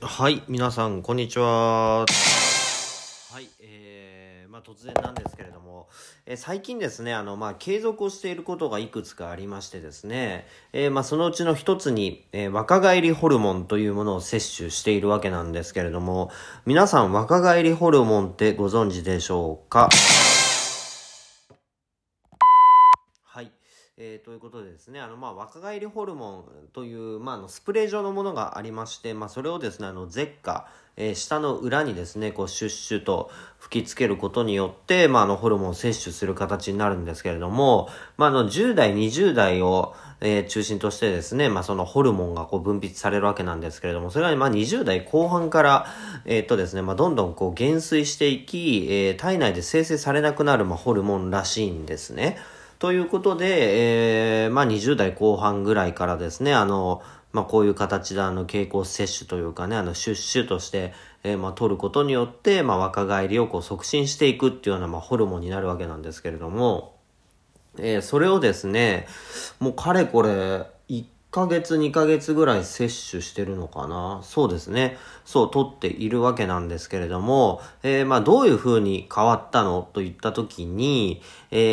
はい、皆さん、こんにちは。はい、突然なんですけれども、最近ですね、継続をしていることがいくつかありましてですね、そのうちの一つに、若返りホルモンというものを摂取しているわけなんですけれども、皆さん、若返りホルモンってご存知でしょうか？はい。ということでですね、若返りホルモンという、スプレー状のものがありまして、それをですね、舌下、舌の裏にですね、こう、シュッシュと吹きつけることによって、ホルモンを摂取する形になるんですけれども、10代、20代を、中心としてですね、そのホルモンがこう分泌されるわけなんですけれども、それは20代後半から、ですね、どんどんこう減衰していき、体内で生成されなくなる、ホルモンらしいんですね。ということで、20代後半ぐらいからですね、こういう形で経口摂取というかね、シュッシュとして、取ることによって、若返りをこう促進していくっていうような、ホルモンになるわけなんですけれども、それをですね、もうかれこれ、1ヶ月、2ヶ月ぐらい摂取してるのかな。そうですね。そう、取っているわけなんですけれども、どういう風に変わったのと言ったときに、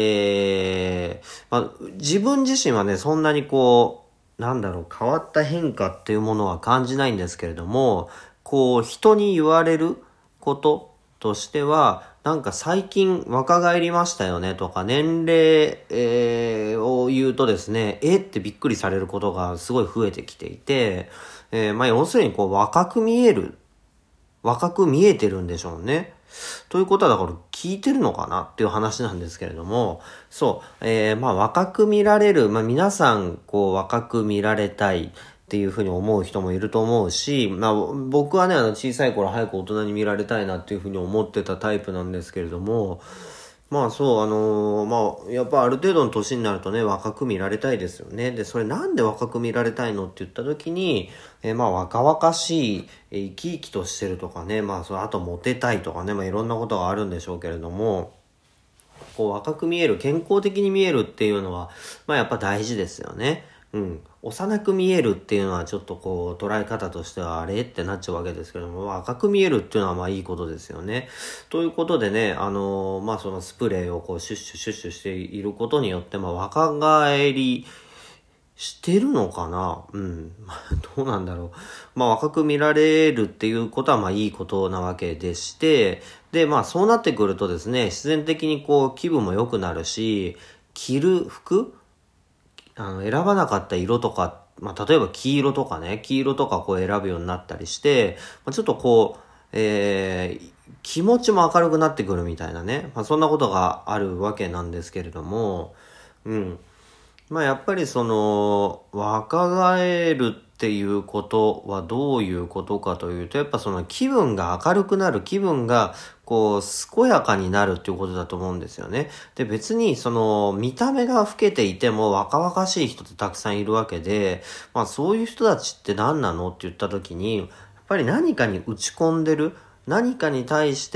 自分自身はね、そんなにこう、変わった変化っていうものは感じないんですけれども、こう、人に言われることとしては、最近若返りましたよねとか年齢、を言うとですね、ってびっくりされることがすごい増えてきていて、要するにこう若く見えてるんでしょうね。ということはだから聞いてるのかなっていう話なんですけれども、そう、若く見られる、皆さんこう若く見られたいっていうふうに思う人もいると思うし、僕はね、小さい頃早く大人に見られたいなっていうふうに思ってたタイプなんですけれども、そう、やっぱある程度の年になるとね、若く見られたいですよね。で、それなんで若く見られたいのって言った時に、若々しい、生き生きとしてるとかね、あとモテたいとかね、いろんなことがあるんでしょうけれども、こう若く見える、健康的に見えるっていうのは、やっぱ大事ですよね。幼く見えるっていうのはちょっとこう捉え方としてはあれってなっちゃうわけですけども、若く見えるっていうのはいいことですよね。ということでね、そのスプレーをこうシュッシュシュッシュしていることによって、若返りしてるのかな。どうなんだろう。若く見られるっていうことはいいことなわけでして、で、そうなってくるとですね、自然的にこう気分も良くなるし、着る服選ばなかった色とか、例えば黄色とかね、黄色とかこう選ぶようになったりして、ちょっとこう、気持ちも明るくなってくるみたいなね、そんなことがあるわけなんですけれども、やっぱりその、若返るっていうことはどういうことかというと、やっぱその気分が明るくなる、気分がこう、健やかになるっていうことだと思うんですよね。で、別にその、見た目が老けていても若々しい人ってたくさんいるわけで、そういう人たちって何なのって言った時に、やっぱり何かに打ち込んでる、何かに対して、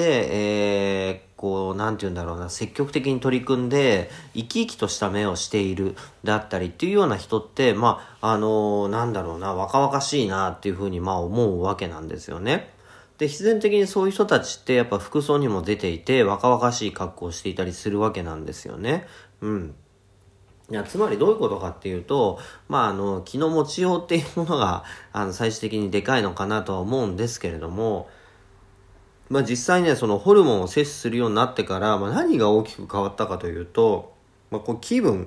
積極的に取り組んで、生き生きとした目をしている、だったりっていうような人って、若々しいなっていうふうに、思うわけなんですよね。で、必然的にそういう人たちって、やっぱ服装にも出ていて、若々しい格好をしていたりするわけなんですよね。いや、つまりどういうことかっていうと、気の持ちようっていうものが、最終的にでかいのかなとは思うんですけれども、実際ね、そのホルモンを摂取するようになってから、何が大きく変わったかというと、こう気分、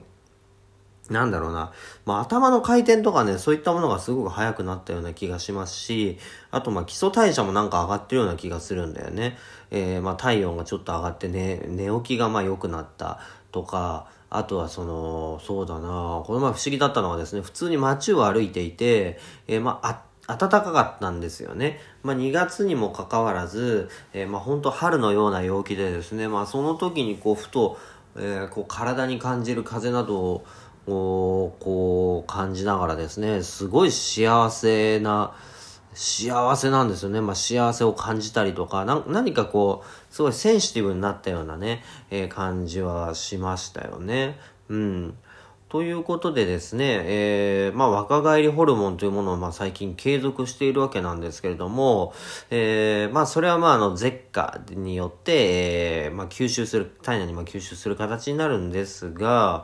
頭の回転とかね、そういったものがすごく速くなったような気がしますし、あと基礎代謝も上がってるような気がするんだよね。体温がちょっと上がってね、寝起きが良くなったとか、あとはそうだな、この前不思議だったのはですね、普通に街を歩いていて、暖かかったんですよね。2月にもかかわらず、本当春のような陽気でですね、その時にこう、ふと、こう体に感じる風などを、こう感じながらですね、すごい幸せなんですよね。幸せを感じたりとか、何かこう、すごいセンシティブになったようなね、感じはしましたよね。 ということでですね、若返りホルモンというものを最近継続しているわけなんですけれども、それは舌下によって、吸収する、体内に吸収する形になるんですが、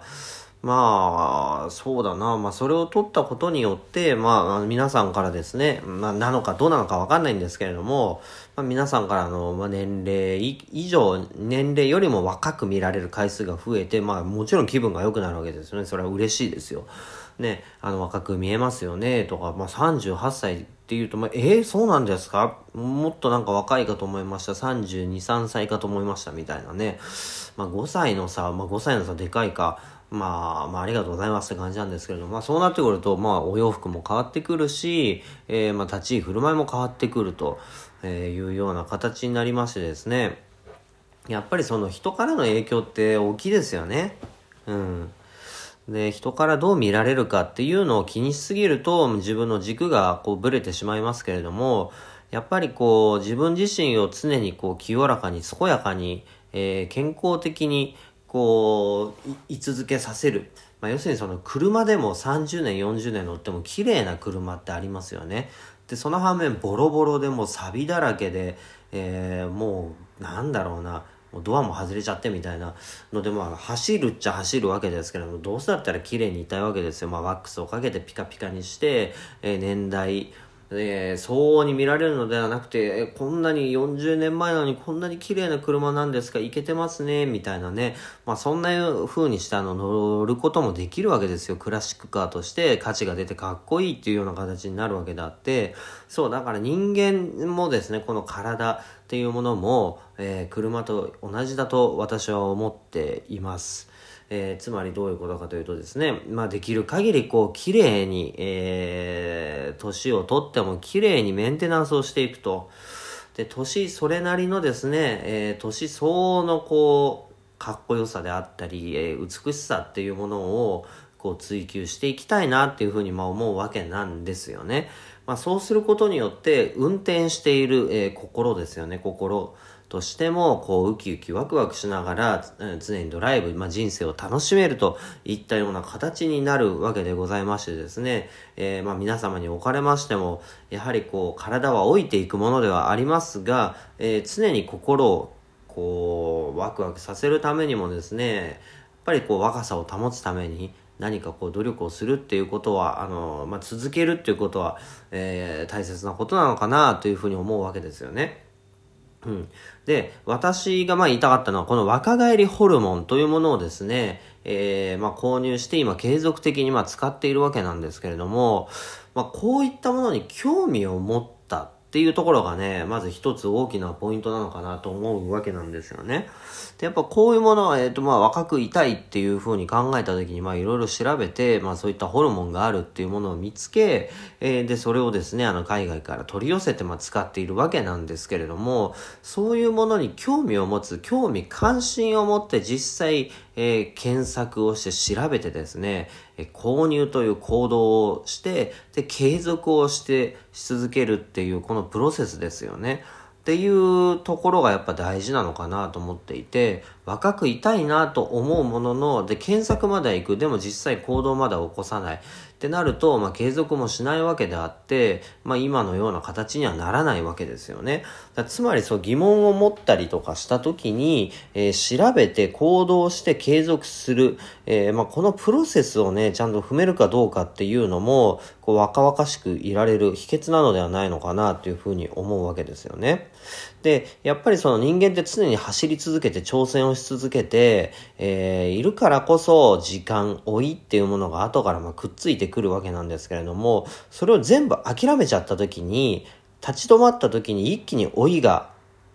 そうだな。それを取ったことによって、皆さんからですね、なのかどうなのかわかんないんですけれども、皆さんからの、年齢よりも若く見られる回数が増えて、もちろん気分が良くなるわけですよね。それは嬉しいですよ。ね、若く見えますよね、とか、38歳って言うと、そうなんですか？もっと若いかと思いました。32、3歳かと思いました、みたいなね。5歳の差でかいか。ありがとうございますって感じなんですけれども、そうなってくると、お洋服も変わってくるし、立ち居振る舞いも変わってくるというような形になりましてですね。やっぱりその人からの影響って大きいですよね。で、人からどう見られるかっていうのを気にしすぎると、自分の軸がブレてしまいますけれども、やっぱり自分自身を常に清らかに、健やかに、健康的に、居続けさせる。要するにその車でも30年、40年乗っても綺麗な車ってありますよね。で、その反面ボロボロでもう錆だらけで、もうもうドアも外れちゃってみたいなので、走るっちゃ走るわけですけれども、どうせだったら綺麗にいたいわけですよ。ワックスをかけてピカピカにして、年代、相応に見られるのではなくて、こんなに40年前なのにこんなに綺麗な車なんですか、イケてますね、みたいなね。そんな風にして乗ることもできるわけですよ。クラシックカーとして価値が出てかっこいいっていうような形になるわけであって、そう、だから人間もですね、この体っていうものも、車と同じだと私は思っています。つまりどういうことかというとですね、できる限り綺麗に、年をとっても綺麗にメンテナンスをしていくと。で、年それなりのですね、年相応のかっこよさであったり、美しさっていうものを追求していきたいなっていうふうに思うわけなんですよね。そうすることによって運転している、心ですよね。心としてもウキウキワクワクしながら、常にドライブ、人生を楽しめるといったような形になるわけでございましてですね、皆様におかれましてもやはり体は老いていくものではありますが、常に心をワクワクさせるためにもですね、やっぱり若さを保つために何か努力をするっていうことは続けるっていうことは、大切なことなのかなというふうに思うわけですよね。で、私が言いたかったのは、この若返りホルモンというものをですね、購入して今継続的に使っているわけなんですけれども、こういったものに興味を持ったっていうところがね、まず一つ大きなポイントなのかなと思うわけなんですよね。で、やっぱこういうものは、若くいたいっていう風に考えた時に、いろいろ調べて、そういったホルモンがあるっていうものを見つけ、で、それをですね、海外から取り寄せて、使っているわけなんですけれども、そういうものに興味を持つ、関心を持って実際、検索をして調べてですね、購入という行動をして、で、継続をし続けるっていう、このプロセスですよね。っていうところがやっぱ大事なのかなと思っていて、若くいたいなと思うものの、で、検索までは行く、でも実際行動までは起こさないってなると、継続もしないわけであって、今のような形にはならないわけですよね。つまり疑問を持ったりとかした時に、調べて行動して継続する、このプロセスをね、ちゃんと踏めるかどうかっていうのも、若々しくいられる秘訣なのではないのかなというふうに思うわけですよね。で、やっぱり人間って常に走り続けて挑戦をし続けて、いるからこそ時間、老いっていうものが後からくっついてくるわけなんですけれども、それを全部諦めちゃった時に、立ち止まった時に一気に老いが、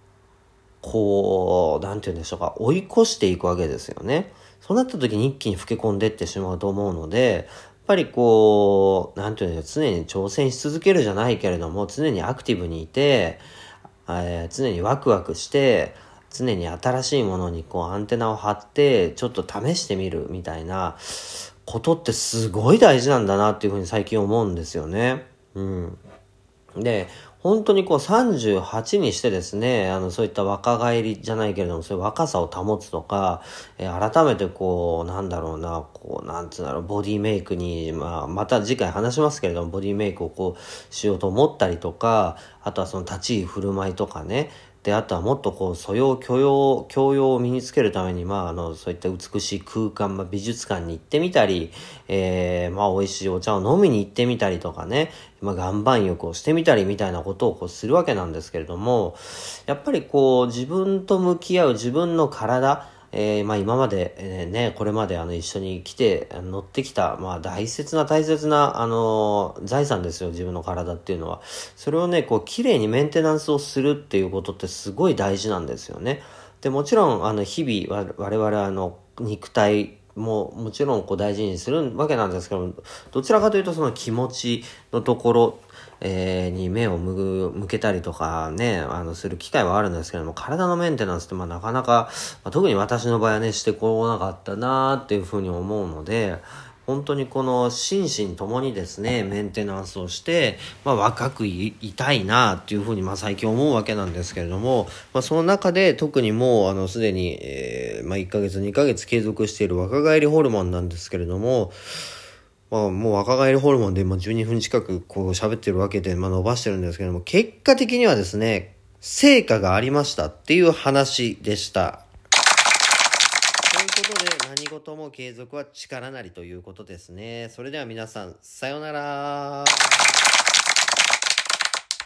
なんて言うんでしょうか、追い越していくわけですよね。そうなった時に一気に老け込んでってしまうと思うので、やっぱりなんて言うんでしょう、常に挑戦し続けるじゃないけれども、常にアクティブにいて、常にワクワクして、常に新しいものにアンテナを張って、ちょっと試してみるみたいなことってすごい大事なんだなっていうふうに最近思うんですよね。 で、本当にこう38にしてですね、そういった若返りじゃないけれども、そういう若さを保つとか、改めてこう、なんだろうな、こう、なんつうんだろう、ボディメイクに、また次回話しますけれども、ボディメイクをこう、しようと思ったりとか、あとはその立ち居振る舞いとかね、で、あとはもっとこう、教養を身につけるために、そういった美しい空間、美術館に行ってみたり、美味しいお茶を飲みに行ってみたりとかね、岩盤浴をしてみたりみたいなことをこうするわけなんですけれども、やっぱりこう、自分と向き合う自分の体、今まで、これまで一緒に来て、乗ってきた、大切な、財産ですよ、自分の体っていうのは。それをね、こう、綺麗にメンテナンスをするっていうことってすごい大事なんですよね。で、もちろん、日々、我々肉体もちろんこう大事にするわけなんですけど、どちらかというとその気持ちのところ、に目を向けたりとかね、する機会はあるんですけども、体のメンテナンスってなかなか、特に私の場合はね、してこなかったなーっていうふうに思うので、本当にこの心身ともにですね、メンテナンスをして、若くいたいなっていうふうに最近思うわけなんですけれども、その中で特にもうすでに、1ヶ月2ヶ月継続している若返りホルモンなんですけれども、もう若返りホルモンで12分近くこう喋ってるわけで、伸ばしてるんですけども、結果的にはですね、成果がありましたっていう話でした。ということで、何事も継続は力なりということですね。それでは皆さん、さようなら。